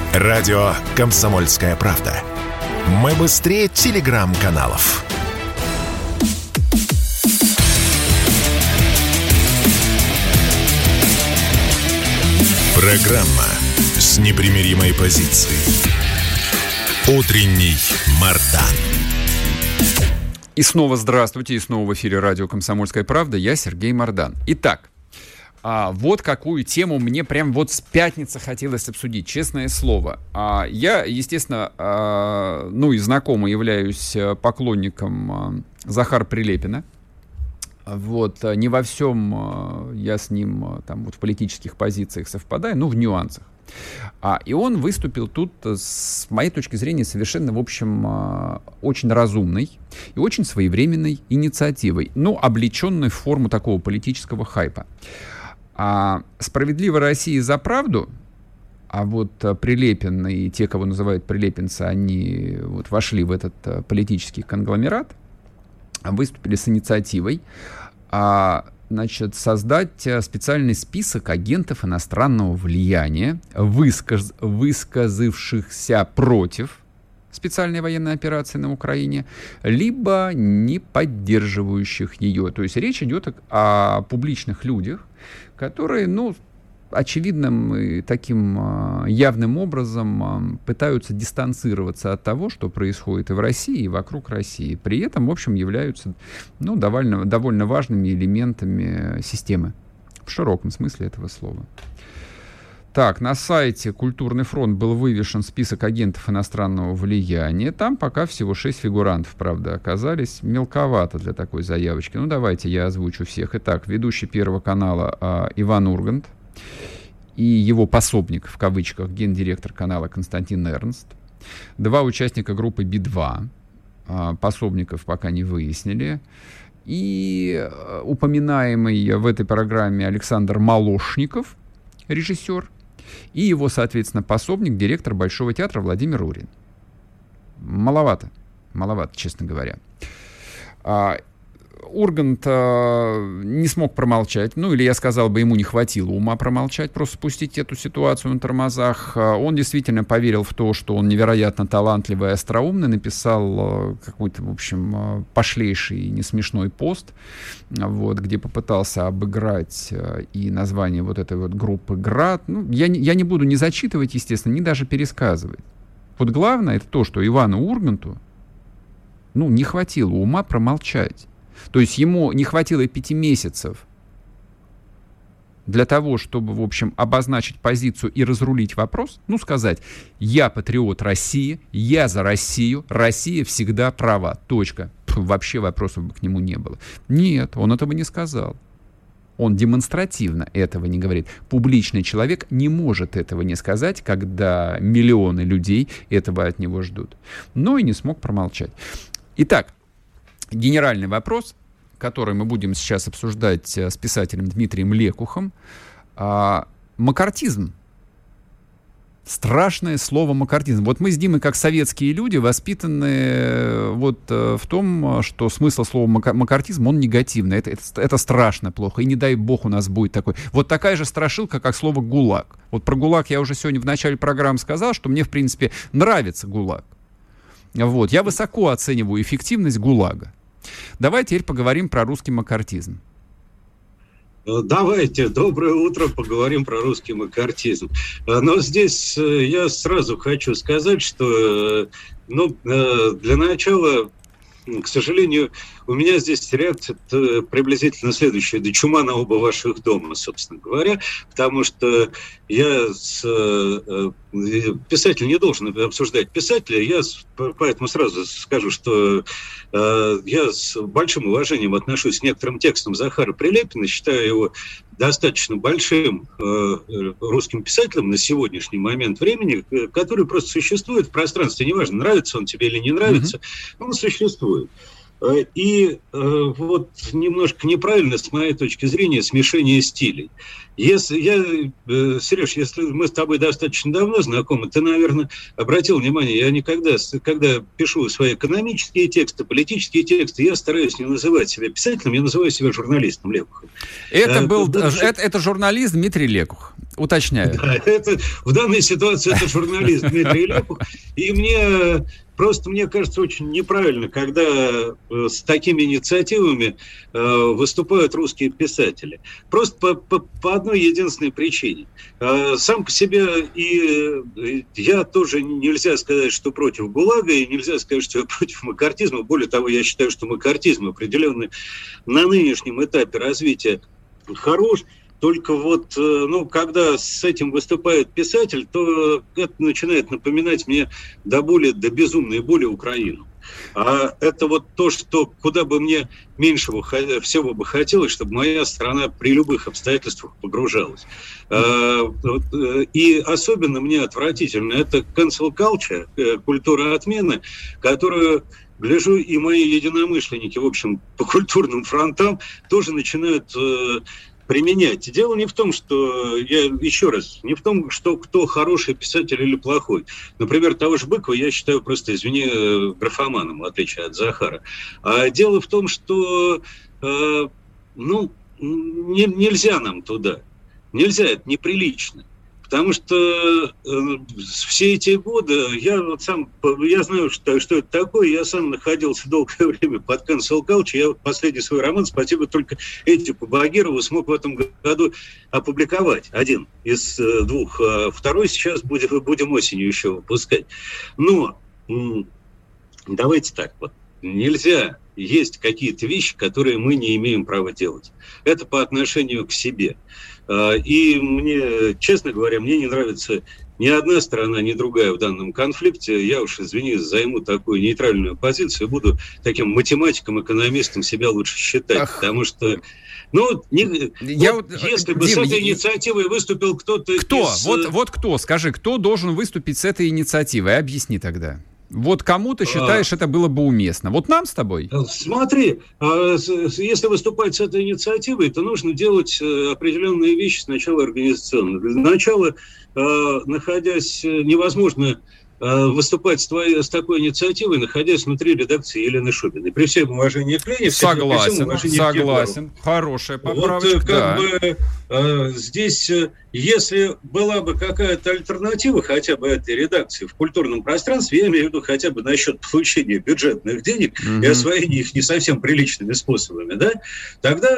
Радио «Комсомольская правда». Мы быстрее телеграм-каналов. Программа с непримиримой позицией. Утренний Мардан. И снова здравствуйте, и снова в эфире радио «Комсомольская правда». Я Сергей Мардан. Итак, вот какую тему мне прям вот с пятницы хотелось обсудить, честное слово. Я, естественно, и знакомо являюсь поклонником Захара Прилепина. Вот, не во всем я с ним там вот в политических позициях совпадаю, но в нюансах. И он выступил тут, с моей точки зрения, совершенно, в общем, очень разумной и очень своевременной инициативой, облеченной в форму такого политического хайпа. «Справедливая Россия за правду», а вот Прилепин и те, кого называют прилепинцы, они вот вошли в этот политический конгломерат, выступили с инициативой, создать специальный список агентов иностранного влияния, высказавшихся против специальной военной операции на Украине, либо не поддерживающих ее. То есть речь идет о публичных людях, которые, очевидным и таким явным образом пытаются дистанцироваться от того, что происходит и в России, и вокруг России. При этом, в общем, являются довольно важными элементами системы в широком смысле этого слова. Так, на сайте «Культурный фронт» был вывешен список агентов иностранного влияния. Там пока всего 6 фигурантов, правда, оказались. Мелковато для такой заявочки. Давайте я озвучу всех. Итак, ведущий Первого канала Иван Ургант и его пособник, в кавычках, гендиректор канала Константин Эрнст. 2 участника группы Би-2. Пособников пока не выяснили. И упоминаемый в этой программе Александр Молошников, режиссер, и его, соответственно, пособник, директор Большого театра Владимир Урин. Маловато, честно говоря. Ургант не смог промолчать, или я сказал бы, ему не хватило ума промолчать, просто спустить эту ситуацию на тормозах. Он действительно поверил в то, что он невероятно талантливый и остроумный, написал какой-то, в общем, пошлейший и несмешной пост, где попытался обыграть и название вот этой вот группы «Град». Я не буду ни зачитывать, естественно, ни даже пересказывать. Вот главное это то, что Ивану Урганту, не хватило ума промолчать. То есть ему не хватило 5 месяцев для того, чтобы, в общем, обозначить позицию и разрулить вопрос, сказать: «Я патриот России, я за Россию, Россия всегда права, точка». Вообще вопросов бы к нему не было. Нет, он этого не сказал. Он демонстративно этого не говорит. Публичный человек не может этого не сказать, когда миллионы людей этого от него ждут. Но и не смог промолчать. Итак, генеральный вопрос, который мы будем сейчас обсуждать с писателем Дмитрием Лекухом. Маккартизм. Страшное слово маккартизм. Вот мы с Димой, как советские люди, воспитаны в том, что смысл слова маккартизм, он негативный. Это страшно плохо. И не дай бог у нас будет такой. Вот такая же страшилка, как слово «гулаг». Вот про ГУЛАГ я уже сегодня в начале программы сказал, что мне, в принципе, нравится ГУЛАГ. Я высоко оцениваю эффективность ГУЛАГа. Давайте теперь поговорим про русский маккартизм. Давайте, доброе утро, поговорим про русский маккартизм. Но здесь я сразу хочу сказать, что для начала, к сожалению, у меня здесь реакция приблизительно следующая: да чума на оба ваших дома, собственно говоря, потому что писатель не должен обсуждать писателя, я поэтому сразу скажу, что я с большим уважением отношусь к некоторым текстам Захара Прилепина, считаю его достаточно большим русским писателем на сегодняшний момент времени, который просто существует в пространстве, неважно, нравится он тебе или не нравится, он существует. И немножко неправильно, с моей точки зрения, смешение стилей. Сереж, если мы с тобой достаточно давно знакомы, ты, наверное, обратил внимание, я никогда, когда пишу свои экономические тексты, политические тексты, я стараюсь не называть себя писателем, я называю себя журналистом Лекухом. Это журналист Дмитрий Лекух. Уточняю. Да, это, в данной ситуации это журналист Дмитрий Лепух. И мне кажется, очень неправильно, когда с такими инициативами выступают русские писатели. Просто по одной единственной причине. Сам по себе и я тоже нельзя сказать, что против ГУЛАГа, и нельзя сказать, что я против маккартизма. Более того, я считаю, что маккартизм определенный на нынешнем этапе развития хорош. Только вот, когда с этим выступает писатель, то это начинает напоминать мне до безумной боли Украину. А это вот то, что куда бы мне меньше всего бы хотелось, чтобы моя страна при любых обстоятельствах погружалась. И особенно мне отвратительно это cancel culture, культура отмены, которую, гляжу, и мои единомышленники, в общем, по культурным фронтам тоже начинают применять. Дело не в том, что, не в том, что кто хороший писатель или плохой. Например, того же Быкова я считаю просто, графоманом, в отличие от Захара. А дело в том, что, нельзя нам туда. Нельзя, это неприлично. Потому что все эти годы я знаю, что это такое. Я сам находился долгое время под cancel culture. Я последний свой роман, спасибо только Эдику Багирову, смог в этом году опубликовать. Один из двух. Второй сейчас будем осенью еще выпускать. Но давайте так вот. Нельзя. Есть какие-то вещи, которые мы не имеем права делать. Это по отношению к себе. И мне, честно говоря, мне не нравится ни одна сторона, ни другая в данном конфликте. Я уж, займу такую нейтральную позицию, буду таким математиком, экономистом себя лучше считать. Потому что, если бы Дим, с этой инициативой выступил кто-то... Кто? Вот кто? Скажи, кто должен выступить с этой инициативой? Объясни тогда. Вот кому ты считаешь, это было бы уместно? Вот нам с тобой? Смотри, если выступать с этой инициативой, то нужно делать определенные вещи сначала организационно. Для начала, невозможно выступать с такой инициативой, находясь внутри редакции Елены Шубиной. При всем уважении к Лене... Согласен. Хорошая поправочка. Здесь, если была бы какая-то альтернатива хотя бы этой редакции в культурном пространстве, я имею в виду хотя бы насчет получения бюджетных денег и освоения их не совсем приличными способами, да, тогда,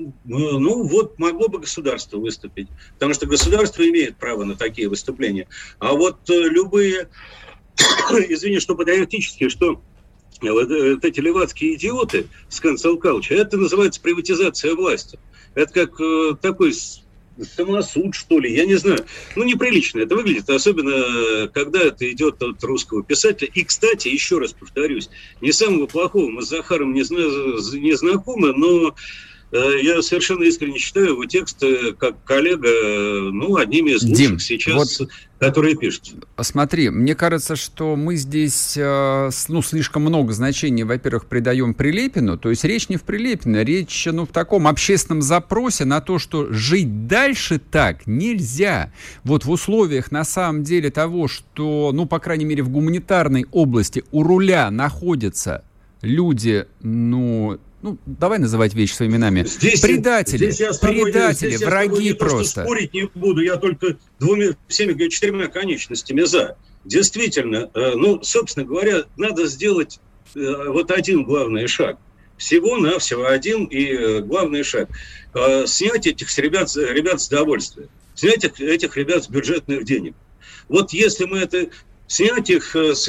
могло бы государство выступить. Потому что государство имеет право на такие выступления. А вот любые... Извини, что патриотические, что вот эти левацкие идиоты с cancel culture, это называется приватизация власти. Это как такой самосуд, что ли, я не знаю. Неприлично это выглядит, особенно когда это идет от русского писателя. И, кстати, еще раз повторюсь, не самого плохого мы с Захаром не знакомы, но я совершенно искренне считаю его тексты как коллега, одними из лучших Дим, сейчас, которые пишут. Смотри, мне кажется, что мы здесь слишком много значений, во-первых, придаем Прилепину. То есть речь не в Прилепине, речь в таком общественном запросе на то, что жить дальше так нельзя. Вот в условиях, на самом деле, того, что, по крайней мере, в гуманитарной области у руля находятся люди, давай называть вещи своими именами. Предатели, враги просто. Спорить не буду, я только 4 конечностями за. Действительно, собственно говоря, надо сделать один главный шаг. Всего-навсего один и главный шаг. Снять этих ребят с довольствия. Снять этих ребят с бюджетных денег. Вот если мы это... Снять их, с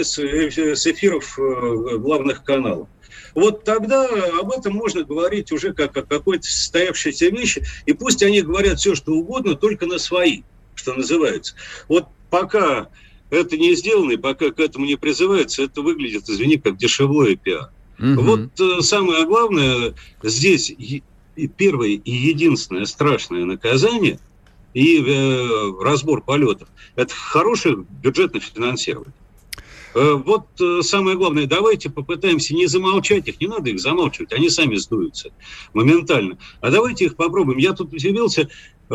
эфиров главных каналов. Вот тогда об этом можно говорить уже как о какой-то состоявшейся вещи, и пусть они говорят все, что угодно, только на свои, что называется. Вот пока это не сделано, и пока к этому не призывается, это выглядит, как дешевле и пиар. Угу. Вот самое главное, здесь первое и единственное страшное наказание и разбор полетов – это хорошее бюджетное финансирование. Вот самое главное, давайте попытаемся не замолчать их, не надо их замалчивать, они сами сдуются моментально. А давайте их попробуем. Я тут удивился,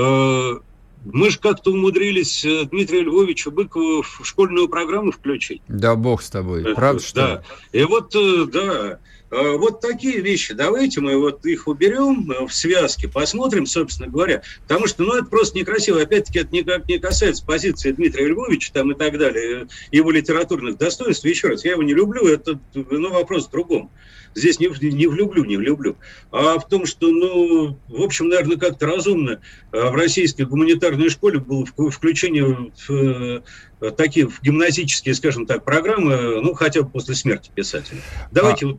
мы же как-то умудрились Дмитрия Львовича Быкова в школьную программу включить. Да бог с тобой, правда что? Да, и вот, вот такие вещи, давайте мы вот их уберем в связке, посмотрим, собственно говоря, потому что, это просто некрасиво. Опять-таки, это никак не касается позиции Дмитрия Львовича там и так далее, его литературных достоинств. Еще раз, я его не люблю, это вопрос в другом. Здесь не влюблю. А в том, что, в общем, наверное, как-то разумно в российской гуманитарной школе было включение в гимназические, скажем так, программы, хотя бы после смерти писателя. Давайте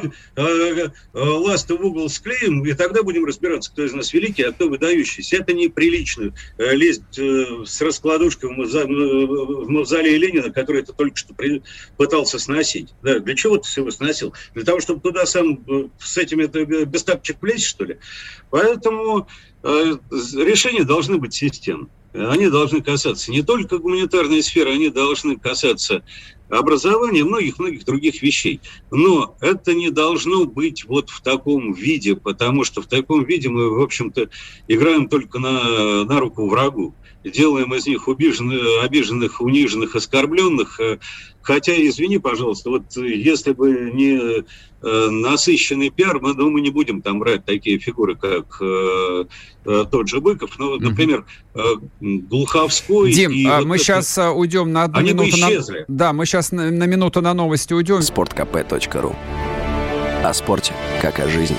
ласты в угол склеим, и тогда будем разбираться, кто из нас великий, а кто выдающийся. Это неприлично лезть с раскладушкой в мавзолей Ленина, который ты только что пытался сносить. Да, для чего ты его сносил? Для того, чтобы туда сам с этими без тапочек влезть, что ли? Поэтому решения должны быть системными. Они должны касаться не только гуманитарной сферы, они должны касаться образования, многих других вещей. Но это не должно быть вот в таком виде, потому что в таком виде мы, в общем-то, играем только на руку врагу. Делаем из них обиженных, униженных, оскорбленных. Хотя, извини, пожалуйста, вот если бы не насыщенный пиар, мы не будем там брать такие фигуры, как тот же Быков, например, Глуховской. Дим, мы сейчас уйдем на одну минуту. Да, мы сейчас на минуту на новости уйдем. sportkp.ru. О спорте, как о жизни.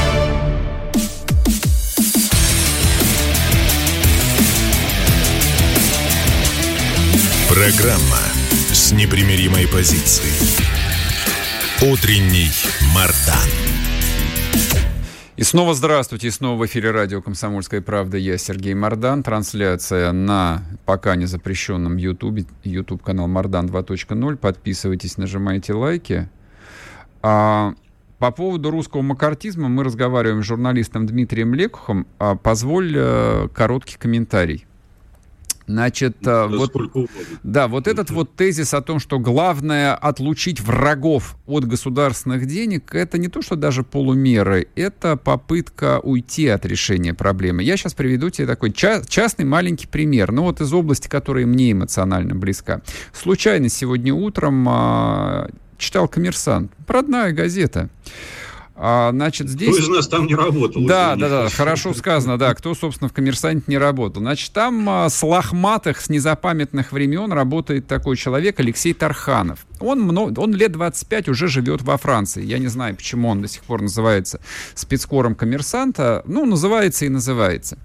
Программа с непримиримой позицией. Утренний Мардан. И снова здравствуйте, и снова в эфире радио «Комсомольская правда». Я Сергей Мардан. Трансляция на пока не запрещенном YouTube-канал Мардан 2.0. Подписывайтесь, нажимайте лайки. По поводу русского макартизма мы разговариваем с журналистом Дмитрием Лекухом. Позволь короткий комментарий. Значит, этот тезис о том, что главное отлучить врагов от государственных денег, это не то, что даже полумеры, это попытка уйти от решения проблемы. Я сейчас приведу тебе такой частный маленький пример, из области, которая мне эмоционально близка. Случайно сегодня утром читал «Коммерсант», родная газета. Значит, здесь... Кто из нас там не работал? Да, хорошо сказано, да, кто, собственно, в «Коммерсанте» не работал. Значит, там с лохматых, с незапамятных времен работает такой человек, Алексей Тарханов. Он лет 25 уже живет во Франции. Я не знаю, почему он до сих пор называется спецкором «Коммерсанта». Называется и называется.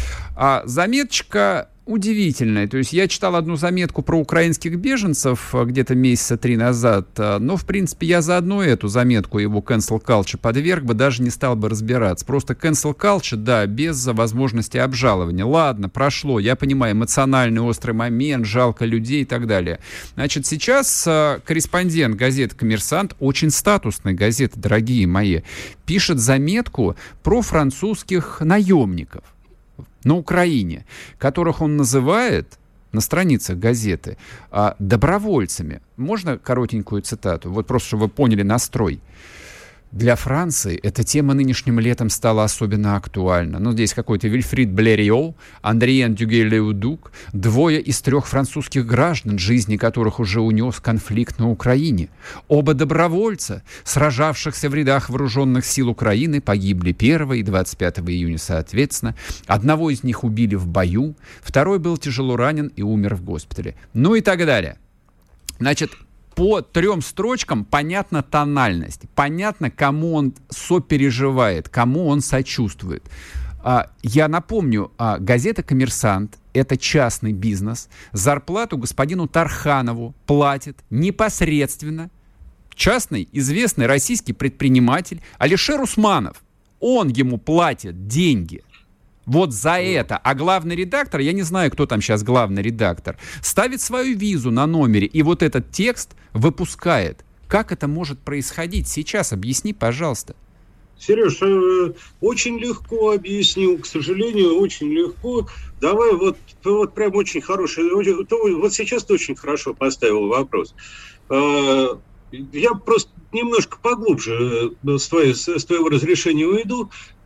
Заметочка удивительная. То есть я читал одну заметку про украинских беженцев где-то месяца 3 назад, но, в принципе, я заодно эту заметку его cancel culture подверг бы, даже не стал бы разбираться. Просто cancel culture, да, без возможности обжалования. Ладно, прошло, я понимаю, эмоциональный острый момент, жалко людей и так далее. Значит, сейчас корреспондент газеты «Коммерсант», очень статусной газеты, дорогие мои, пишет заметку про французских наемников на Украине, которых он называет на страницах газеты добровольцами. Можно коротенькую цитату? Вот просто, чтобы вы поняли настрой. Для Франции эта тема нынешним летом стала особенно актуальна. Здесь какой-то Вильфрид Блерио, Андриен Дюгей-Леудук, 2 из 3 французских граждан, жизни которых уже унес конфликт на Украине. Оба добровольца, сражавшихся в рядах вооруженных сил Украины, погибли 1 и 25 июня соответственно. Одного из них убили в бою, второй был тяжело ранен и умер в госпитале. И так далее. Значит, по 3 строчкам понятна тональность, понятно, кому он сопереживает, кому он сочувствует. Я напомню, газета «Коммерсант» — это частный бизнес. Зарплату господину Тарханову платит непосредственно частный, известный российский предприниматель Алишер Усманов. Он ему платит деньги. Вот за это. А главный редактор, я не знаю, кто там сейчас главный редактор, ставит свою визу на номере и вот этот текст выпускает. Как это может происходить сейчас? Объясни, пожалуйста. Сереж, очень легко объяснил, к сожалению, очень легко. Давай вот прям очень хороший, вот сейчас ты очень хорошо поставил вопрос. Я просто немножко поглубже с твоего разрешения уйду.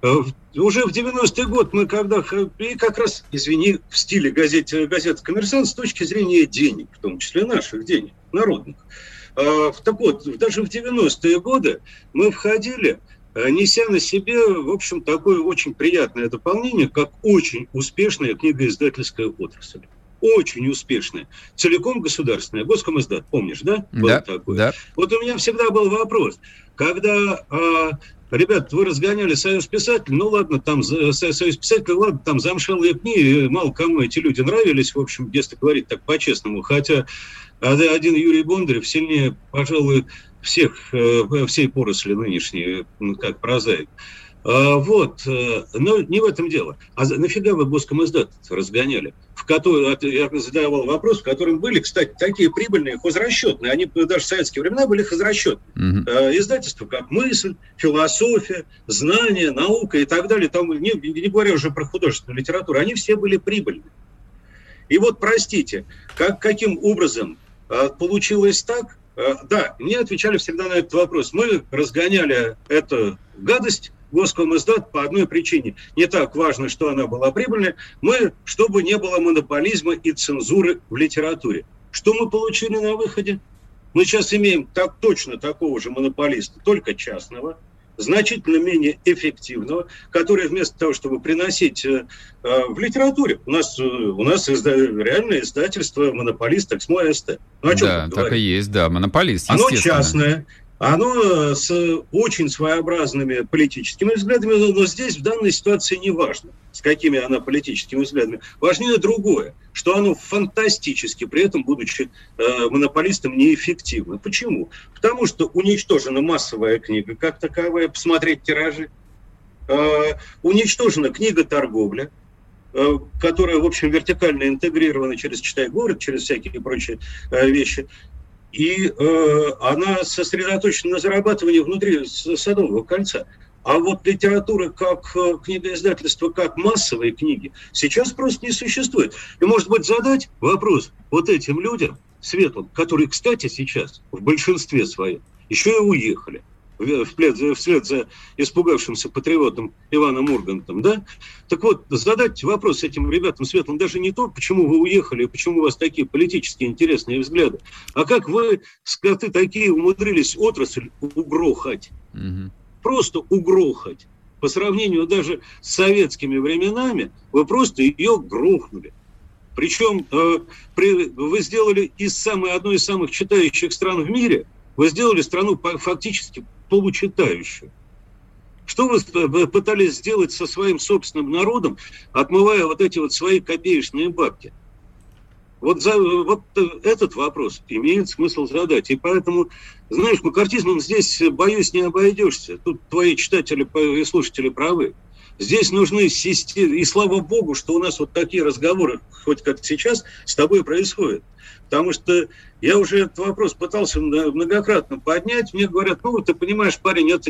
Уже в 90-й год мы когда... И как раз, извини, в стиле газеты «Коммерсант» с точки зрения денег, в том числе наших денег, народных. Так вот, даже в 90-е годы мы входили, неся на себе, в общем, такое очень приятное дополнение, как очень успешная книгоиздательская отрасль. Очень успешная. Целиком государственная. Госкомиздат, помнишь, да? Да, да. Вот у меня всегда был вопрос. Когда, ребят, вы разгоняли Союз писателей, ну ладно, там Союз писателей, ладно, там замшелые книги, мало кому эти люди нравились, в общем, если говорить так по-честному. Хотя один Юрий Бондарев сильнее, пожалуй, всей поросли нынешней, как прозаик. Вот, но не в этом дело. А нафига вы Госкомиздат разгоняли? Я задавал вопрос, в котором были, кстати, такие прибыльные хозрасчетные. Они даже в советские времена были хозрасчетные. Издательства как «Мысль», «Философия», «Знания», «Наука» и так далее. Там, не говоря уже про художественную литературу, они все были прибыльны. И вот, простите, каким образом получилось так? Да, мне отвечали всегда на этот вопрос. Мы разгоняли эту гадость, Госкомиздат, по одной причине. Не так важно, что она была прибыльной, чтобы не было монополизма и цензуры в литературе. Что мы получили на выходе? Мы сейчас имеем точно такого же монополиста, только частного, значительно менее эффективного, который вместо того, чтобы приносить в литературе, у нас реальное издательство монополист «Эксмо АСТ». Ну, о чем да, так и есть, да, монополист, естественно. Оно частное, оно с очень своеобразными политическими взглядами, но здесь в данной ситуации не важно, с какими она политическими взглядами. Важнее другое, что оно фантастически, при этом, будучи монополистом, неэффективно. Почему? Потому что уничтожена массовая книга как таковая, посмотреть тиражи, уничтожена книга-торговля, которая, в общем, вертикально интегрирована через «Читай-город», через всякие прочие вещи. И она сосредоточена на зарабатывании внутри Садового кольца. А вот литература как книгоиздательство, как массовые книги, сейчас просто не существует. И, может быть, задать вопрос вот этим людям, светлым, которые, кстати, сейчас в большинстве своем еще и уехали, вслед за испугавшимся патриотом Иваном Ургантом, да? Так вот, задать вопрос этим ребятам светлым даже не то, почему вы уехали, почему у вас такие политически интересные взгляды, а как вы, скоты такие, умудрились отрасль угрохать. Просто угрохать. По сравнению даже с советскими временами, вы просто ее грохнули. Причем вы сделали одной из самых читающих стран в мире, вы сделали страну фактически получитающую. Что вы пытались сделать со своим собственным народом, отмывая вот эти вот свои копеечные бабки? Вот этот вопрос имеет смысл задать. И поэтому, знаешь, макартизмом здесь, боюсь, не обойдешься. Тут твои читатели и слушатели правы. Здесь нужны системы. И слава богу, что у нас вот такие разговоры, хоть как сейчас, с тобой происходят. Потому что я уже этот вопрос пытался многократно поднять. Мне говорят, ты понимаешь, парень, это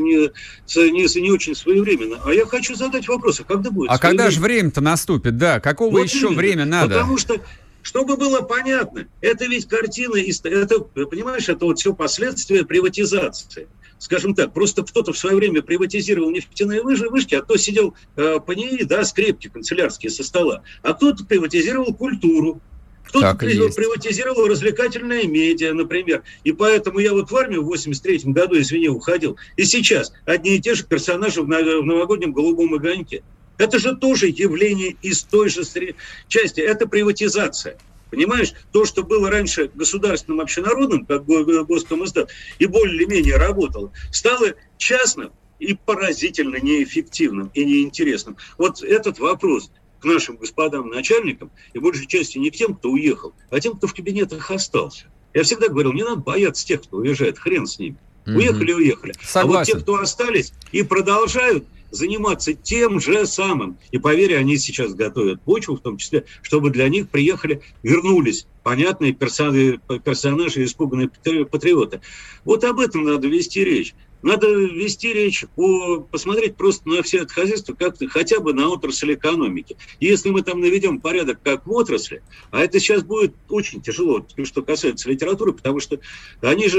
не очень своевременно. А я хочу задать вопрос, а когда будет? А когда же время-то наступит, да? Какого вот еще именно. Время надо? Потому что, чтобы было понятно, это ведь картина, это, понимаешь, это вот все последствия приватизации. Скажем так, просто кто-то в свое время приватизировал нефтяные вышки, а кто сидел по ней, да, скрепки канцелярские со стола, а кто-то приватизировал культуру. Кто-то приватизировал развлекательное медиа, например. И поэтому я вот в армию в 83-м году, уходил. И сейчас одни и те же персонажи в новогоднем «Голубом огоньке». Это же тоже явление из той же части. Это приватизация. Понимаешь, то, что было раньше государственным общенародным, как Госкомиздат, и более-менее работало, стало частным и поразительно неэффективным и неинтересным. Вот этот вопрос к нашим господам начальникам, и большей части не к тем, кто уехал, а тем, кто в кабинетах остался. Я всегда говорил, не надо бояться тех, кто уезжает, хрен с ними. Уехали. Согласен. А вот те, кто остались и продолжают заниматься тем же самым. И поверь, они сейчас готовят почву, в том числе, чтобы для них вернулись понятные персонажи, испуганные патриоты. Вот об этом надо вести речь. Надо вести речь посмотреть просто на все это хозяйство, как-то хотя бы на отрасль экономики. И если мы там наведем порядок как в отрасли, а это сейчас будет очень тяжело, что касается литературы, потому что они же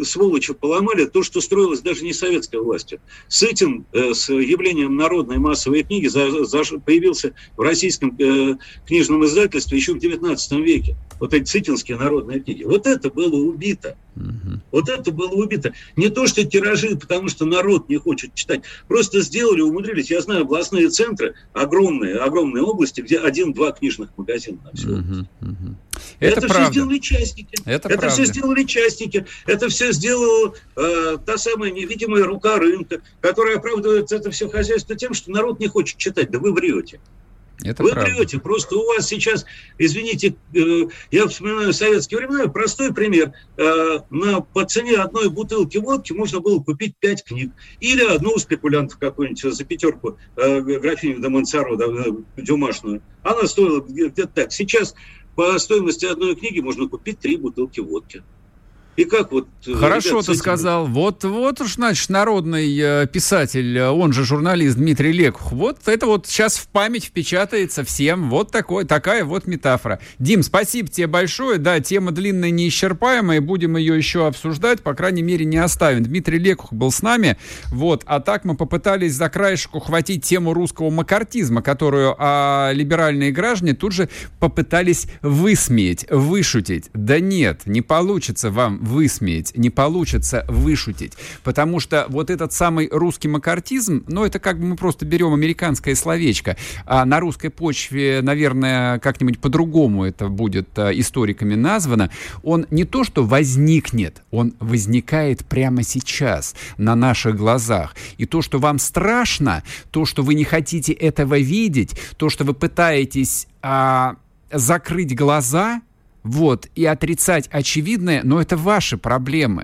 сволочи поломали то, что строилось даже не советской властью. Сытин с явлением народной массовой книги появился в российском книжном издательстве еще в XIX веке. Вот эти сытинские народные книги. Вот это было убито. Вот это было убито. Не то, что тиражи, потому что народ не хочет читать. Просто сделали, умудрились. Я знаю областные центры, огромные области, где 1-2 книжных магазина на все. Это все сделали частники. Это все сделали частники. Это все сделала та самая невидимая рука рынка, которая оправдывает это все хозяйство тем, что народ не хочет читать. Да вы врете. Вы врете. Просто у вас сейчас, извините, я вспоминаю советские времена, простой пример. По цене одной бутылки водки можно было купить 5 книг. Или одну у спекулянтов какую-нибудь за 5 графиню де Монсоро, дюмашную. Она стоила где-то так. Сейчас по стоимости одной книги можно купить 3 бутылки водки. И как вот... Хорошо ты сказал. Вот уж, значит, народный писатель, он же журналист Дмитрий Лекух. Вот это вот сейчас в память впечатается всем. Вот такая вот метафора. Дим, спасибо тебе большое. Да, тема длинная, неисчерпаемая. Будем ее еще обсуждать. По крайней мере, не оставим. Дмитрий Лекух был с нами. Вот. А так мы попытались за краешек ухватить тему русского макартизма, которую либеральные граждане тут же попытались высмеять, вышутить. Да нет, не получится вам высмеять, не получится вышутить, потому что вот этот самый русский макартизм, это как бы мы просто берем американское словечко, а на русской почве, наверное, как-нибудь по-другому это будет историками названо, он не то что возникнет, он возникает прямо сейчас, на наших глазах. И то, что вам страшно, то, что вы не хотите этого видеть, то, что вы пытаетесь закрыть глаза, и отрицать очевидное, но это ваши проблемы.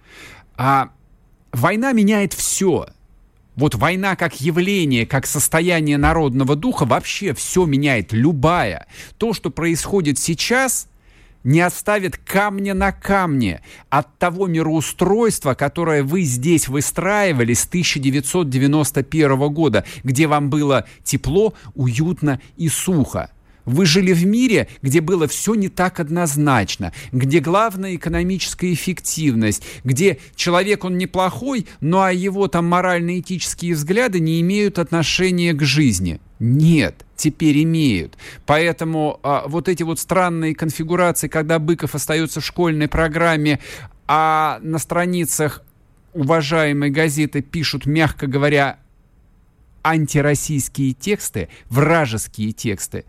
Война меняет все. Вот война как явление, как состояние народного духа, вообще все меняет, любая. То, что происходит сейчас, не оставит камня на камне от того мироустройства, которое вы здесь выстраивали с 1991 года, где вам было тепло, уютно и сухо. Вы жили в мире, где было все не так однозначно, где главная экономическая эффективность, где человек, он неплохой, но его морально-этические взгляды не имеют отношения к жизни. Нет, теперь имеют. Поэтому вот эти вот странные конфигурации, когда Быков остается в школьной программе, а на страницах уважаемой газеты пишут, мягко говоря, антироссийские тексты, вражеские тексты,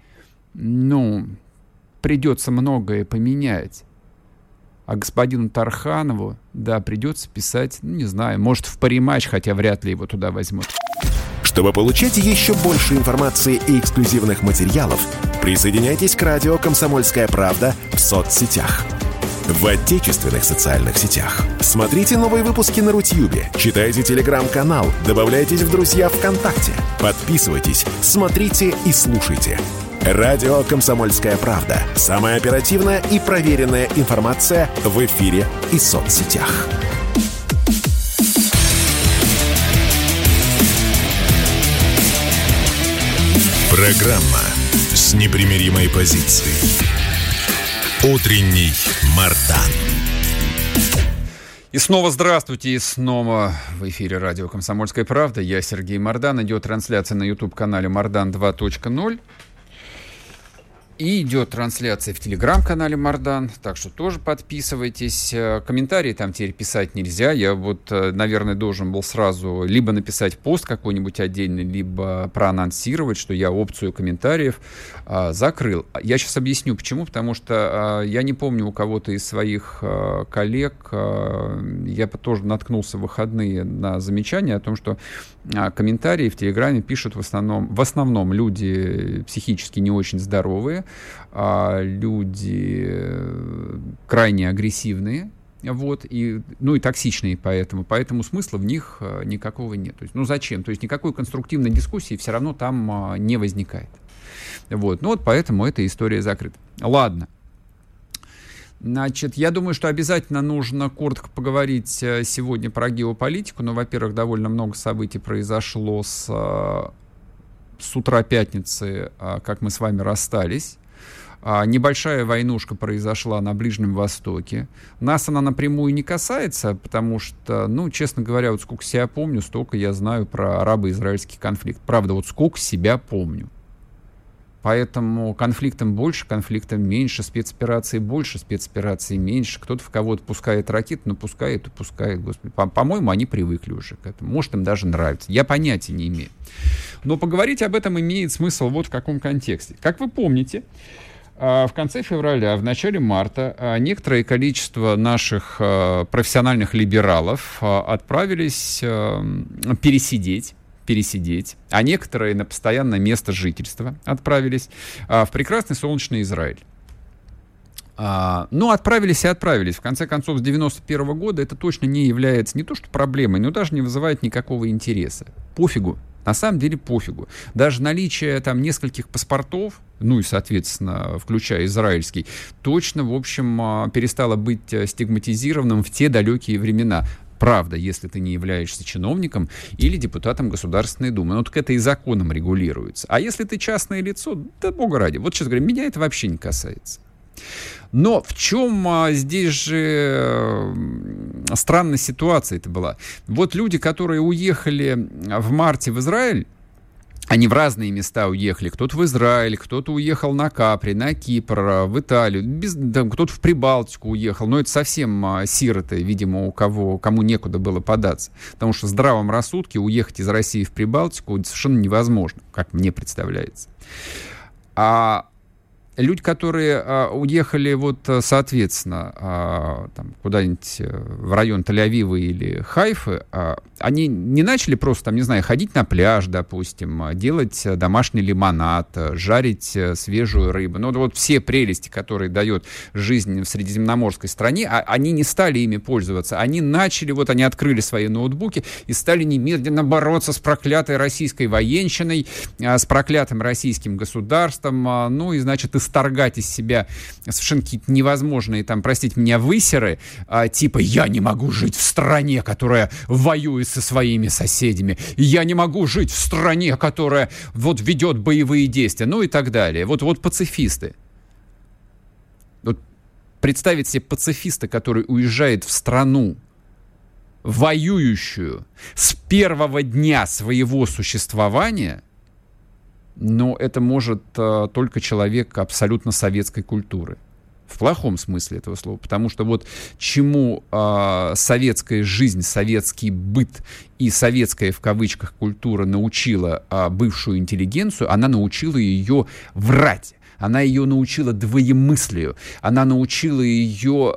придется многое поменять. А господину Тарханову, придется писать, не знаю, может, в париматч, хотя вряд ли его туда возьмут. Чтобы получать еще больше информации и эксклюзивных материалов, присоединяйтесь к радио «Комсомольская правда» в соцсетях. В отечественных социальных сетях. Смотрите новые выпуски на Рутьюбе, читайте телеграм-канал, добавляйтесь в друзья ВКонтакте, подписывайтесь, смотрите и слушайте. Радио «Комсомольская правда». Самая оперативная и проверенная информация в эфире и соцсетях. Программа с непримиримой позицией. Утренний Мардан. И снова здравствуйте, и снова в эфире радио «Комсомольская правда». Я Сергей Мардан. Идет трансляция на YouTube-канале Мардан 2.0. И идет трансляция в телеграм-канале Мардан, так что тоже подписывайтесь. Комментарии там теперь писать нельзя. Я наверное, должен был сразу либо написать пост какой-нибудь отдельный, либо проанонсировать, что я опцию комментариев закрыл. Я сейчас объясню, почему. Потому что я не помню у кого-то из своих коллег, я тоже наткнулся в выходные на замечание о том, что комментарии в Телеграме пишут в основном люди психически не очень здоровые, люди крайне агрессивные, и токсичные, поэтому смысла в них никакого нет. То есть, зачем? То есть никакой конструктивной дискуссии все равно там не возникает. Поэтому эта история закрыта. Ладно. Значит, я думаю, что обязательно нужно коротко поговорить сегодня про геополитику. Во-первых, довольно много событий произошло с утра пятницы, как мы с вами расстались. Небольшая войнушка произошла на Ближнем Востоке. Нас она напрямую не касается, потому что, честно говоря, вот сколько себя помню, столько я знаю про арабо-израильский конфликт. Правда, вот сколько себя помню. Поэтому конфликтом больше, конфликтом меньше, спецопераций больше, спецопераций меньше. Кто-то в кого-то пускает ракеты, но пускает и пускает. Господи. По-моему, они привыкли уже к этому. Может, им даже нравится. Я понятия не имею. Но поговорить об этом имеет смысл вот в каком контексте. Как вы помните, в конце февраля, в начале марта некоторое количество наших профессиональных либералов отправились пересидеть, а некоторые на постоянное место жительства отправились в прекрасный солнечный Израиль. Отправились и отправились. В конце концов, с 91 года это точно не является не то что проблемой, но даже не вызывает никакого интереса. Пофигу. На самом деле пофигу. Даже наличие там нескольких паспортов, и, соответственно, включая израильский, точно, в общем, перестало быть стигматизированным в те далекие времена. Правда, если ты не являешься чиновником или депутатом Государственной Думы. Так это и законом регулируется. А если ты частное лицо, да бога ради. Вот сейчас говорю, меня это вообще не касается. Но в чем здесь же странная ситуация это была? Вот люди, которые уехали в марте в Израиль, они в разные места уехали. Кто-то в Израиль, кто-то уехал на Капри, на Кипр, в Италию, кто-то в Прибалтику уехал. Но это совсем сироты, видимо, кому некуда было податься. Потому что в здравом рассудке уехать из России в Прибалтику совершенно невозможно, как мне представляется. Люди, которые уехали, соответственно, куда-нибудь в район Тель-Авива или Хайфы, они не начали просто, ходить на пляж, допустим, делать домашний лимонад, жарить свежую рыбу. Все прелести, которые дает жизнь в средиземноморской стране, они не стали ими пользоваться. Они начали, они открыли свои ноутбуки и стали немедленно бороться с проклятой российской военщиной, с проклятым российским государством, исторгать из себя совершенно какие-то невозможные, простите меня, высеры, типа «я не могу жить в стране, которая воюет со своими соседями», «я не могу жить в стране, которая ведет боевые действия», и так далее. Пацифисты. Представить себе пацифиста, который уезжает в страну, воюющую с первого дня своего существования, это может только человек абсолютно советской культуры. В плохом смысле этого слова. Потому что чему советская жизнь, советский быт и советская, в кавычках, культура научила бывшую интеллигенцию, она научила ее врать. Она ее научила двоемыслию. Она научила ее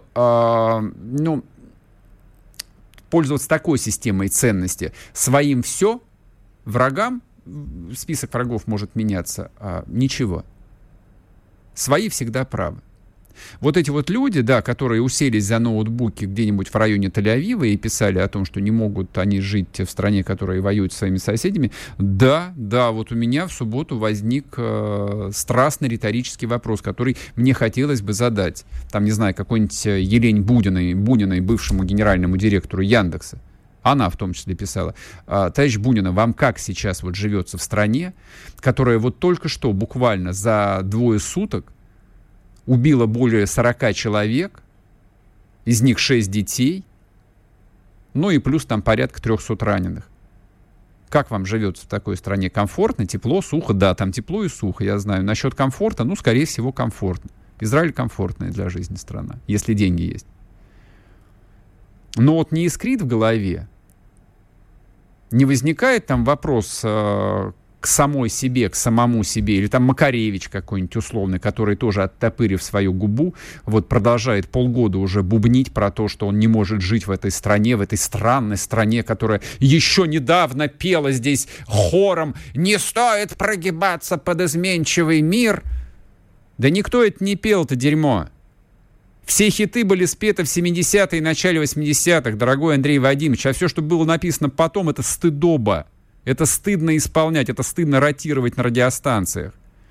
пользоваться такой системой ценности. Своим все, врагам, список врагов может меняться, ничего. Свои всегда правы. Эти люди, которые уселись за ноутбуки где-нибудь в районе Тель-Авива и писали о том, что не могут они жить в стране, которая воюет со своими соседями, у меня в субботу возник страстный риторический вопрос, который мне хотелось бы задать. Какой-нибудь Елене Буниной, бывшему генеральному директору Яндекса. Она в том числе писала: товарищ Бунина, вам как сейчас живется в стране, которая только что буквально за 2 суток убила более 40 человек, из них 6 детей, и плюс порядка 300 раненых. Как вам живется в такой стране? Комфортно, тепло, сухо? Да, там тепло и сухо, я знаю. Насчет комфорта, скорее всего, комфортно. Израиль комфортная для жизни страна, если деньги есть. Но не искрит в голове, не возникает вопрос к самой себе, к самому себе, или Макаревич какой-нибудь условный, который тоже, оттопырив свою губу, продолжает полгода уже бубнить про то, что он не может жить в этой стране, в этой странной стране, которая еще недавно пела здесь хором «Не стоит прогибаться под изменчивый мир». Да никто это не пел, это дерьмо. Все хиты были спеты в 70-е и начале 80-х, дорогой Андрей Вадимович, а все, что было написано потом, это стыдоба. Это стыдно исполнять, это стыдно ротировать на радиостанциях.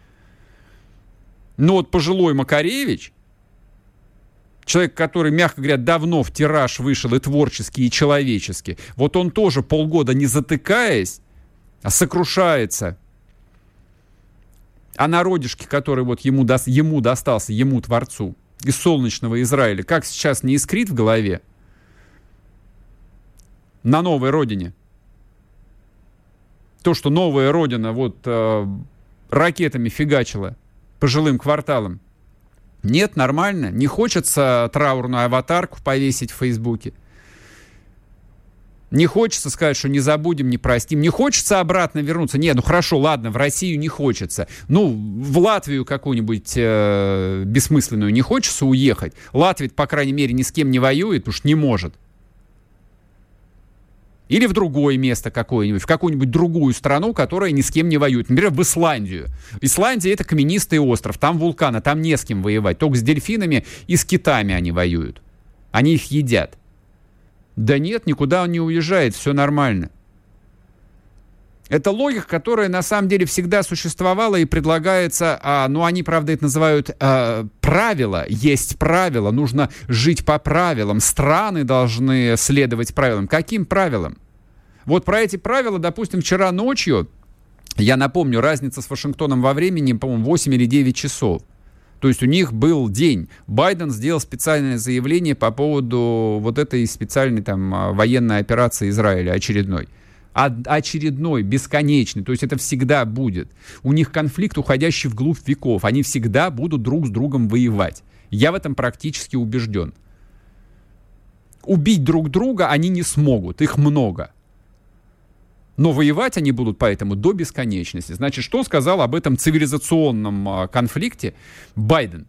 Но пожилой Макаревич, человек, который, мягко говоря, давно в тираж вышел и творчески, и человечески, он тоже полгода, не затыкаясь, сокрушается А народишке, который вот ему достался, ему, Творцу, из солнечного Израиля, как сейчас не искрит в голове? На новой родине. То, что новая родина вот ракетами фигачила по жилым кварталам. Нет, нормально. Не хочется траурную аватарку повесить в Фейсбуке. Не хочется сказать, что не забудем, не простим. Не хочется обратно вернуться. Нет, ну хорошо, ладно, в Россию не хочется. Ну, в Латвию какую-нибудь бессмысленную не хочется уехать. Латвия, по крайней мере, ни с кем не воюет, потому что не может. Или в другое место какое-нибудь, в какую-нибудь другую страну, которая ни с кем не воюет. Например, в Исландию. Исландия — это каменистый остров, там вулканы, там не с кем воевать. Только с дельфинами и с китами они воюют. Они их едят. Да нет, никуда он не уезжает, все нормально. Это логика, которая на самом деле всегда существовала и предлагается, они, правда, это называют правила. Есть правила, нужно жить по правилам. Страны должны следовать правилам. Каким правилам? Вот про эти правила, допустим, вчера ночью, я напомню, разница с Вашингтоном во времени, по-моему, 8 или 9 часов. То есть у них был день. Байден сделал специальное заявление по поводу вот этой специальной там военной операции Израиля очередной. Очередной, бесконечный. То есть это всегда будет. У них конфликт, уходящий вглубь веков. Они всегда будут друг с другом воевать. Я в этом практически убежден. Убить друг друга они не смогут. Их много. Но воевать они будут поэтому до бесконечности. Значит, что сказал об этом цивилизационном конфликте Байден?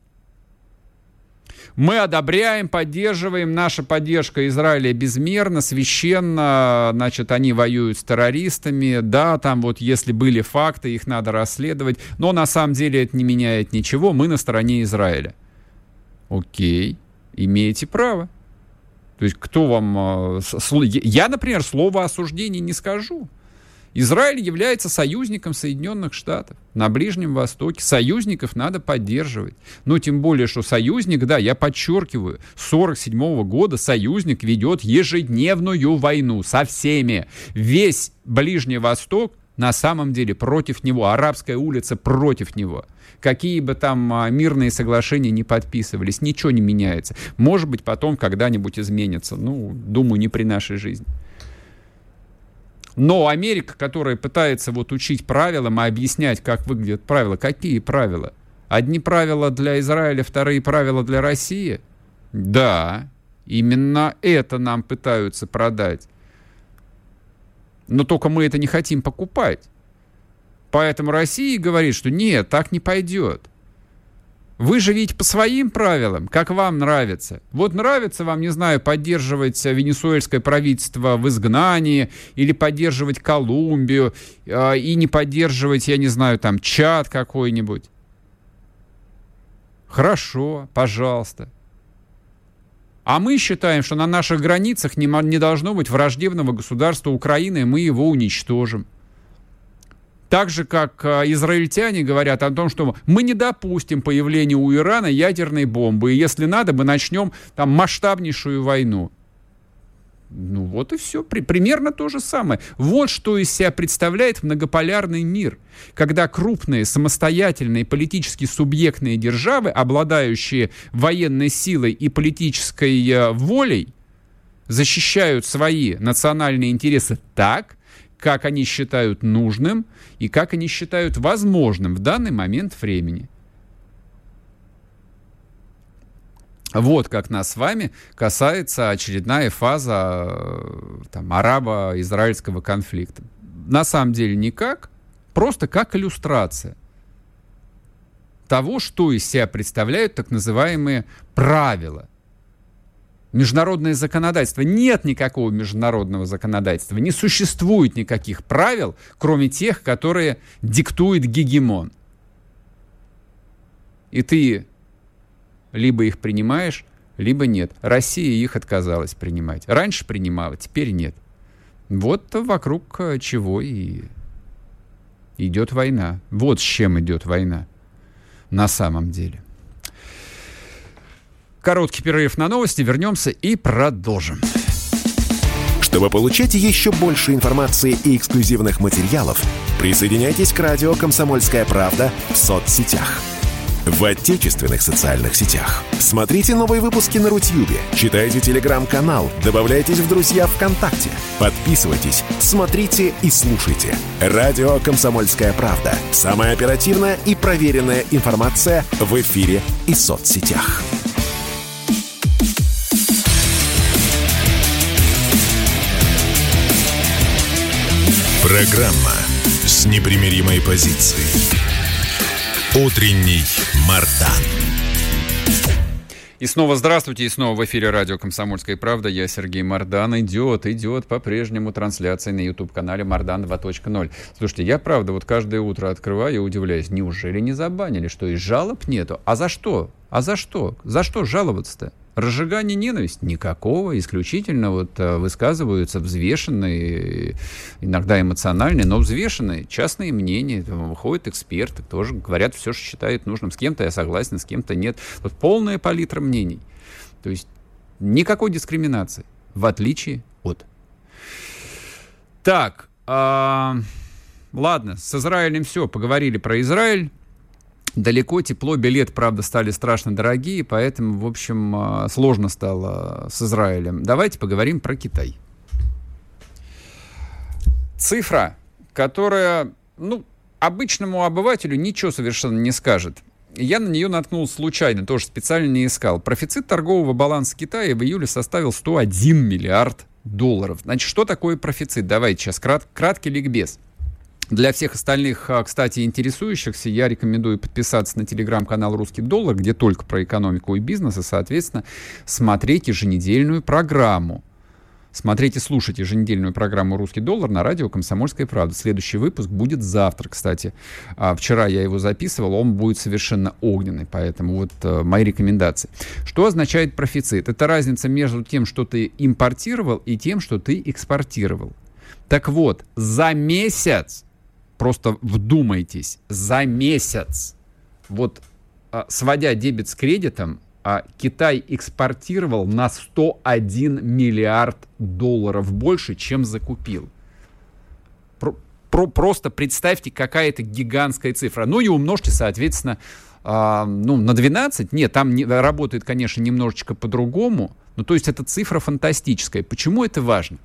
Мы одобряем, поддерживаем, наша поддержка Израиля безмерна, священна, значит, они воюют с террористами, да, там вот если были факты, их надо расследовать, но на самом деле это не меняет ничего, мы на стороне Израиля. Окей, имеете право. То есть кто вам... Я, например, слова осуждения не скажу. Израиль является союзником Соединенных Штатов на Ближнем Востоке. Союзников надо поддерживать. Но тем более, что союзник, да, я подчеркиваю, с 1947 года союзник ведет ежедневную войну со всеми. Весь Ближний Восток на самом деле против него. Арабская улица против него. Какие бы там мирные соглашения не подписывались, ничего не меняется. Может быть, потом когда-нибудь изменится. Ну, думаю, не при нашей жизни. Но Америка, которая пытается вот учить правилам и объяснять, как выглядят правила, какие правила? Одни правила для Израиля, вторые правила для России? Да, именно это нам пытаются продать. Но только мы это не хотим покупать. Поэтому Россия говорит, что нет, так не пойдет. Вы живите по своим правилам, как вам нравится. Вот нравится вам, не знаю, поддерживать венесуэльское правительство в изгнании или поддерживать Колумбию и не поддерживать, я не знаю, там, Чад какой-нибудь. Хорошо, пожалуйста. А мы считаем, что на наших границах не должно быть враждебного государства Украины, и мы его уничтожим. Так же, как израильтяне говорят о том, что мы не допустим появления у Ирана ядерной бомбы, и если надо, мы начнем там масштабнейшую войну. Ну вот и все. Примерно то же самое. Вот что из себя представляет многополярный мир, когда крупные самостоятельные политически субъектные державы, обладающие военной силой и политической волей, защищают свои национальные интересы так, как они считают нужным и как они считают возможным в данный момент времени. Вот как нас с вами касается очередная фаза там, арабо-израильского конфликта. На самом деле никак, просто как иллюстрация того, что из себя представляют так называемые правила. Международное законодательство. Нет никакого международного законодательства. Не существует никаких правил, кроме тех, которые диктует гегемон. И ты либо их принимаешь, либо нет. Россия их отказалась принимать. Раньше принимала, теперь нет. Вот вокруг чего и идет война. Вот с чем идет война на самом деле. Короткий перерыв на новости. Вернемся и продолжим. Чтобы получать еще больше информации и эксклюзивных материалов, присоединяйтесь к радио «Комсомольская правда» в соцсетях. В отечественных социальных сетях. Смотрите новые выпуски на Рутьюбе, читайте телеграм-канал, добавляйтесь в друзья ВКонтакте, подписывайтесь, смотрите и слушайте. Радио «Комсомольская правда». Самая оперативная и проверенная информация в эфире и соцсетях. Программа с непримиримой позицией. Утренний Мардан. И снова здравствуйте, и снова в эфире радио «Комсомольская правда». Я Сергей Мардан. Идет по-прежнему трансляция на YouTube-канале Мардан 2.0. Слушайте, я правда вот каждое утро открываю и удивляюсь. Неужели не забанили? Что, и жалоб нету? А за что? За что жаловаться-то? Разжигание ненависти? Никакого. Исключительно вот высказываются взвешенные, иногда эмоциональные, но взвешенные частные мнения. Выходят эксперты, тоже говорят все, что считают нужным. С кем-то я согласен, с кем-то нет. Вот полная палитра мнений. То есть никакой дискриминации, в отличие от. Так, ладно, с Израилем все. Поговорили про Израиль. Далеко, тепло, билеты, правда, стали страшно дорогие, поэтому, в общем, сложно стало с Израилем. Давайте поговорим про Китай. Цифра, которая, обычному обывателю ничего совершенно не скажет. Я на нее наткнулся случайно, тоже специально не искал. Профицит торгового баланса Китая в июле составил 101 миллиард долларов. Значит, что такое профицит? Давайте сейчас краткий ликбез. Для всех остальных, кстати, интересующихся, я рекомендую подписаться на телеграм-канал «Русский доллар», где только про экономику и бизнес, и, соответственно, смотреть еженедельную программу. Смотрите, слушайте еженедельную программу «Русский доллар» на радио «Комсомольская правда». Следующий выпуск будет завтра, кстати. Вчера я его записывал, он будет совершенно огненный, поэтому вот мои рекомендации. Что означает профицит? Это разница между тем, что ты импортировал, и тем, что ты экспортировал. Так вот, за месяц, просто вдумайтесь, за месяц, вот сводя дебет с кредитом, Китай экспортировал на 101 миллиард долларов больше, чем закупил. Просто представьте, какая это гигантская цифра. Ну и умножьте, соответственно, на 12. Нет, там работает, конечно, немножечко по-другому. Ну, то есть, эта цифра фантастическая. Почему это важно?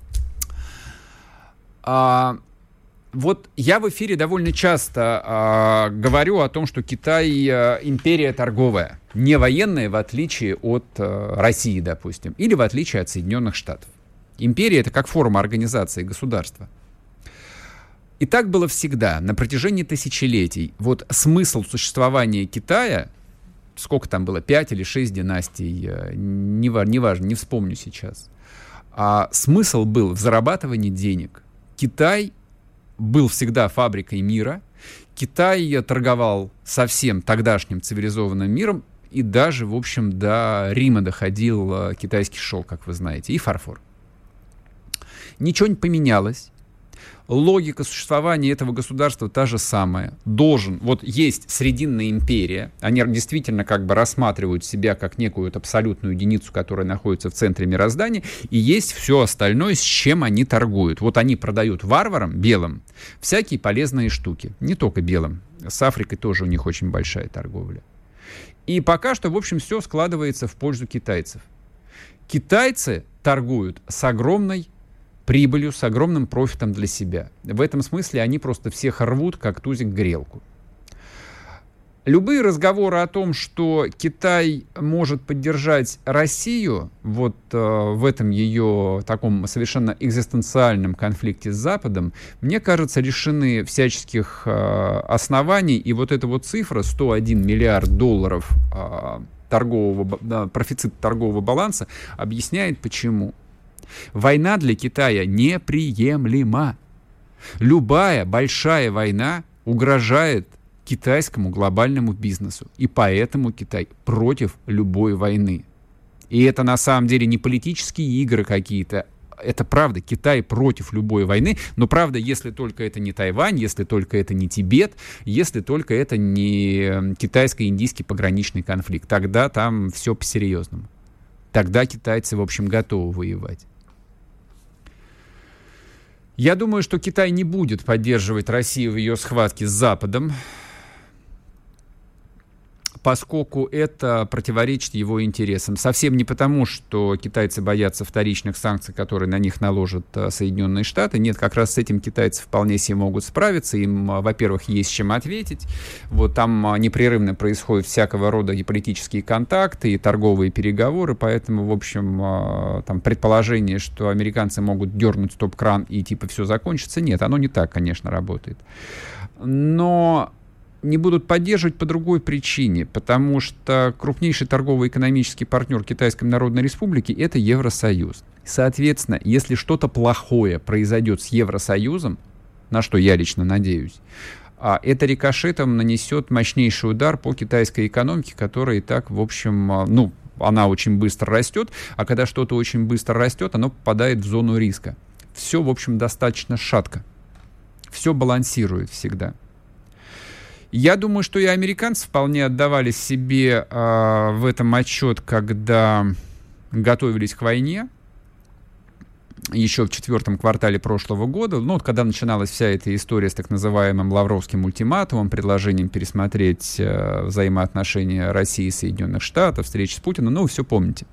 Вот я в эфире довольно часто говорю о том, что Китай империя торговая, не военная, в отличие от России, допустим, или в отличие от Соединенных Штатов. Империя — это как форма организации государства. И так было всегда, на протяжении тысячелетий. Вот смысл существования Китая, сколько там было, 5 или 6 династий, неважно, не вспомню сейчас. Смысл был в зарабатывании денег. Китай был всегда фабрикой мира. Китай торговал со всем тогдашним цивилизованным миром, и даже, в общем, до Рима доходил китайский шелк, как вы знаете, и фарфор. Ничего не поменялось. Логика существования этого государства та же самая. Вот есть Срединная империя, они действительно как бы рассматривают себя как некую абсолютную единицу, которая находится в центре мироздания, и есть все остальное, с чем они торгуют. Вот они продают варварам, белым, всякие полезные штуки, не только белым. С Африкой тоже у них очень большая торговля. И пока что, в общем, все складывается в пользу китайцев. Китайцы торгуют с огромной прибылью, с огромным профитом для себя. В этом смысле они просто всех рвут, как тузик грелку. Любые разговоры о том, что Китай может поддержать Россию вот в этом ее таком совершенно экзистенциальном конфликте с Западом, мне кажется, лишены всяческих оснований. И вот эта вот цифра 101 миллиард долларов профицит торгового баланса объясняет, почему. Война для Китая неприемлема. Любая большая война угрожает китайскому глобальному бизнесу. И поэтому Китай против любой войны. И это на самом деле не политические игры какие-то. Это правда, Китай против любой войны. Но правда, если только это не Тайвань, если только это не Тибет, если только это не китайско-индийский пограничный конфликт. Тогда там все по-серьезному. Тогда китайцы, в общем, готовы воевать. Я думаю, что Китай не будет поддерживать Россию в ее схватке с Западом, поскольку это противоречит его интересам. Совсем не потому, что китайцы боятся вторичных санкций, которые на них наложат Соединенные Штаты. Нет, как раз с этим китайцы вполне себе могут справиться. Им, во-первых, есть чем ответить. Вот там непрерывно происходят всякого рода и политические контакты, и торговые переговоры, поэтому, в общем, там предположение, что американцы могут дернуть стоп-кран и типа все закончится, нет, оно не так, конечно, работает. Но не будут поддерживать по другой причине, потому что крупнейший торгово-экономический партнер Китайской Народной Республики — это Евросоюз. Соответственно, если что-то плохое произойдет с Евросоюзом, на что я лично надеюсь, это рикошетом нанесет мощнейший удар по китайской экономике, которая и так, в общем, она очень быстро растет, а когда что-то очень быстро растет, оно попадает в зону риска. Все, в общем, достаточно шатко. Все балансирует всегда. Я думаю, что и американцы вполне отдавали себе в этом отчет, когда готовились к войне, еще в 4 квартале прошлого года, когда начиналась вся эта история с так называемым Лавровским ультиматумом, предложением пересмотреть взаимоотношения России и Соединенных Штатов, встречи с Путиным, вы все помните.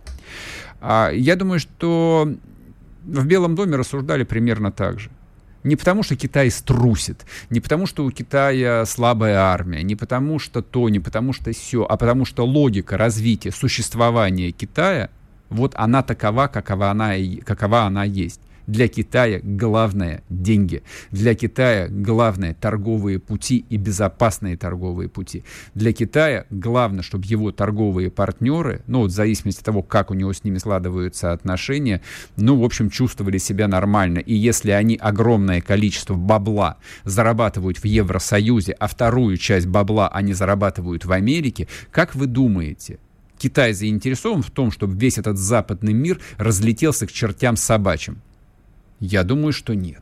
Я думаю, что в Белом доме рассуждали примерно так же. Не потому, что Китай струсит, не потому, что у Китая слабая армия, не потому, что то, не потому, что сё, а потому, что логика развития, существования Китая, вот она такова, какова она есть. Для Китая главное – деньги. Для Китая главное – торговые пути и безопасные торговые пути. Для Китая главное, чтобы его торговые партнеры, в зависимости от того, как у него с ними складываются отношения, в общем, чувствовали себя нормально. И если они огромное количество бабла зарабатывают в Евросоюзе, а вторую часть бабла они зарабатывают в Америке, как вы думаете, Китай заинтересован в том, чтобы весь этот западный мир разлетелся к чертям собачьим? Я думаю, что нет.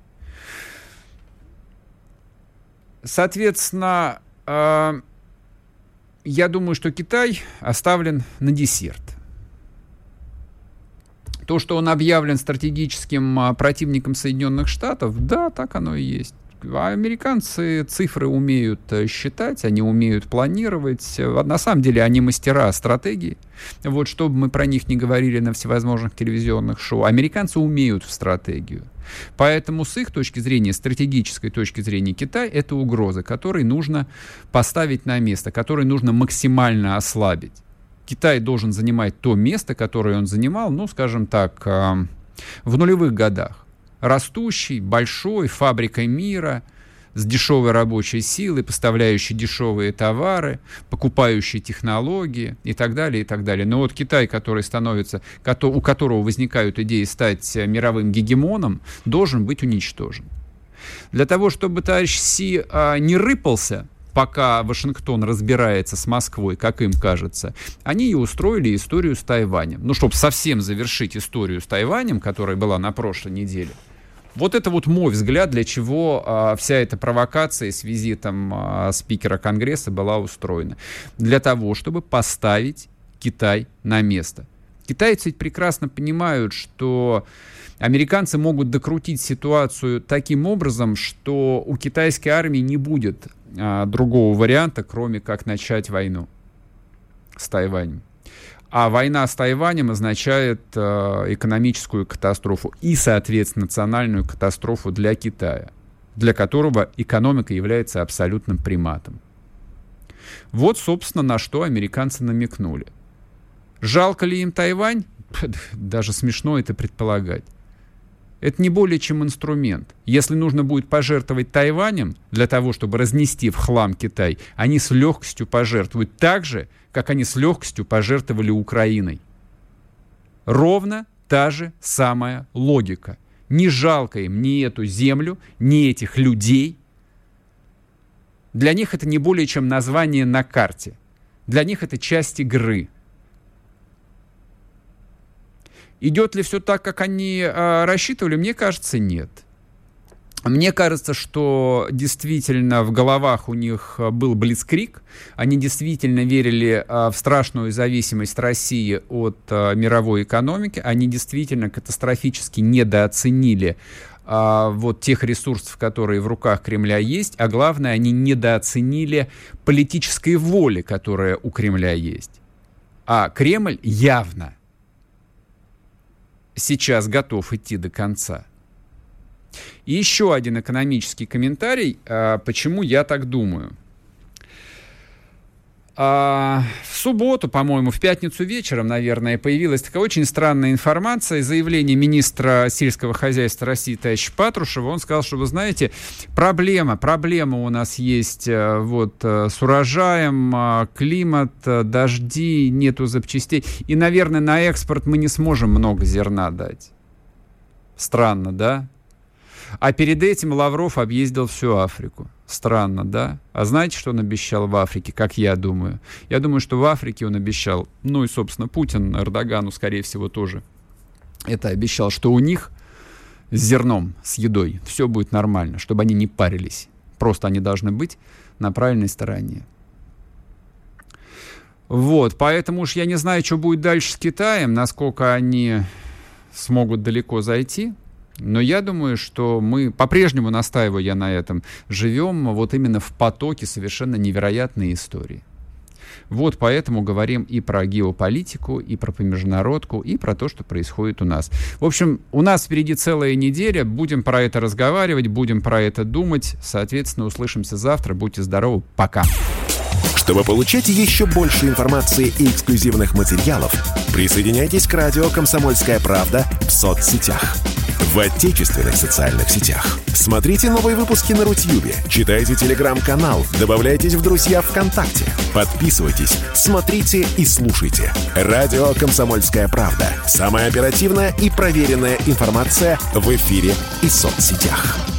Соответственно, я думаю, что Китай оставлен на десерт. То, что он объявлен стратегическим противником Соединенных Штатов, да, так оно и есть. А американцы цифры умеют считать, они умеют планировать. На самом деле они мастера стратегии. Вот, что бы мы про них не говорили на всевозможных телевизионных шоу, американцы умеют в стратегию. Поэтому с их точки зрения, стратегической точки зрения, Китай — это угроза, которую нужно поставить на место, которую нужно максимально ослабить. Китай должен занимать то место, которое он занимал, скажем так, в нулевых годах. Растущий, большой, фабрикой мира, с дешевой рабочей силой, поставляющий дешевые товары, покупающий технологии и так далее, и так далее. Но вот Китай, у которого возникают идеи стать мировым гегемоном, должен быть уничтожен. Для того, чтобы товарищ Си не рыпался, пока Вашингтон разбирается с Москвой, как им кажется, они и устроили историю с Тайванем. Чтобы совсем завершить историю с Тайванем, которая была на прошлой неделе. Вот это вот мой взгляд, для чего вся эта провокация с визитом спикера Конгресса была устроена. Для того, чтобы поставить Китай на место. Китайцы ведь прекрасно понимают, что американцы могут докрутить ситуацию таким образом, что у китайской армии не будет другого варианта, кроме как начать войну с Тайванем. А война с Тайванем означает экономическую катастрофу и, соответственно, национальную катастрофу для Китая, для которого экономика является абсолютным приматом. Вот, собственно, на что американцы намекнули. Жалко ли им Тайвань? Даже смешно это предполагать. Это не более чем инструмент. Если нужно будет пожертвовать Тайванем для того, чтобы разнести в хлам Китай, они с легкостью пожертвуют так же, как они с легкостью пожертвовали Украиной. Ровно та же самая логика. Не жалко им ни эту землю, ни этих людей. Для них это не более чем название на карте. Для них это часть игры. Идет ли все так, как они рассчитывали? Мне кажется, нет. Мне кажется, что действительно в головах у них был блицкриг. Они действительно верили в страшную зависимость России от мировой экономики. Они действительно катастрофически недооценили вот тех ресурсов, которые в руках Кремля есть. А главное, они недооценили политической воли, которая у Кремля есть. А Кремль явно сейчас готов идти до конца. И еще один экономический комментарий, почему я так думаю. В субботу, по-моему, в пятницу вечером, наверное, появилась такая очень странная информация, заявление министра сельского хозяйства России товарища Патрушева. Он сказал, что, вы знаете, проблема у нас есть вот с урожаем, климат, дожди, нету запчастей. И, наверное, на экспорт мы не сможем много зерна дать. Странно, да? А перед этим Лавров объездил всю Африку. Странно, да? А знаете, что он обещал в Африке, как я думаю? Я думаю, что в Африке он обещал, ну и, собственно, Путин Эрдогану, скорее всего, тоже это обещал, что у них с зерном, с едой все будет нормально, чтобы они не парились. Просто они должны быть на правильной стороне. Вот, поэтому уж я не знаю, что будет дальше с Китаем, насколько они смогут далеко зайти. Но я думаю, что мы, по-прежнему настаиваю я на этом, живем вот именно в потоке совершенно невероятной истории. Вот поэтому говорим и про геополитику, и про международку, и про то, что происходит у нас. В общем, у нас впереди целая неделя, будем про это разговаривать, будем про это думать. Соответственно, услышимся завтра. Будьте здоровы, пока. Чтобы получать еще больше информации и эксклюзивных материалов, присоединяйтесь к радио «Комсомольская правда» в соцсетях. В отечественных социальных сетях. Смотрите новые выпуски на Рутьюбе, читайте телеграм-канал, добавляйтесь в друзья ВКонтакте, подписывайтесь, смотрите и слушайте. Радио «Комсомольская правда». Самая оперативная и проверенная информация в эфире и соцсетях.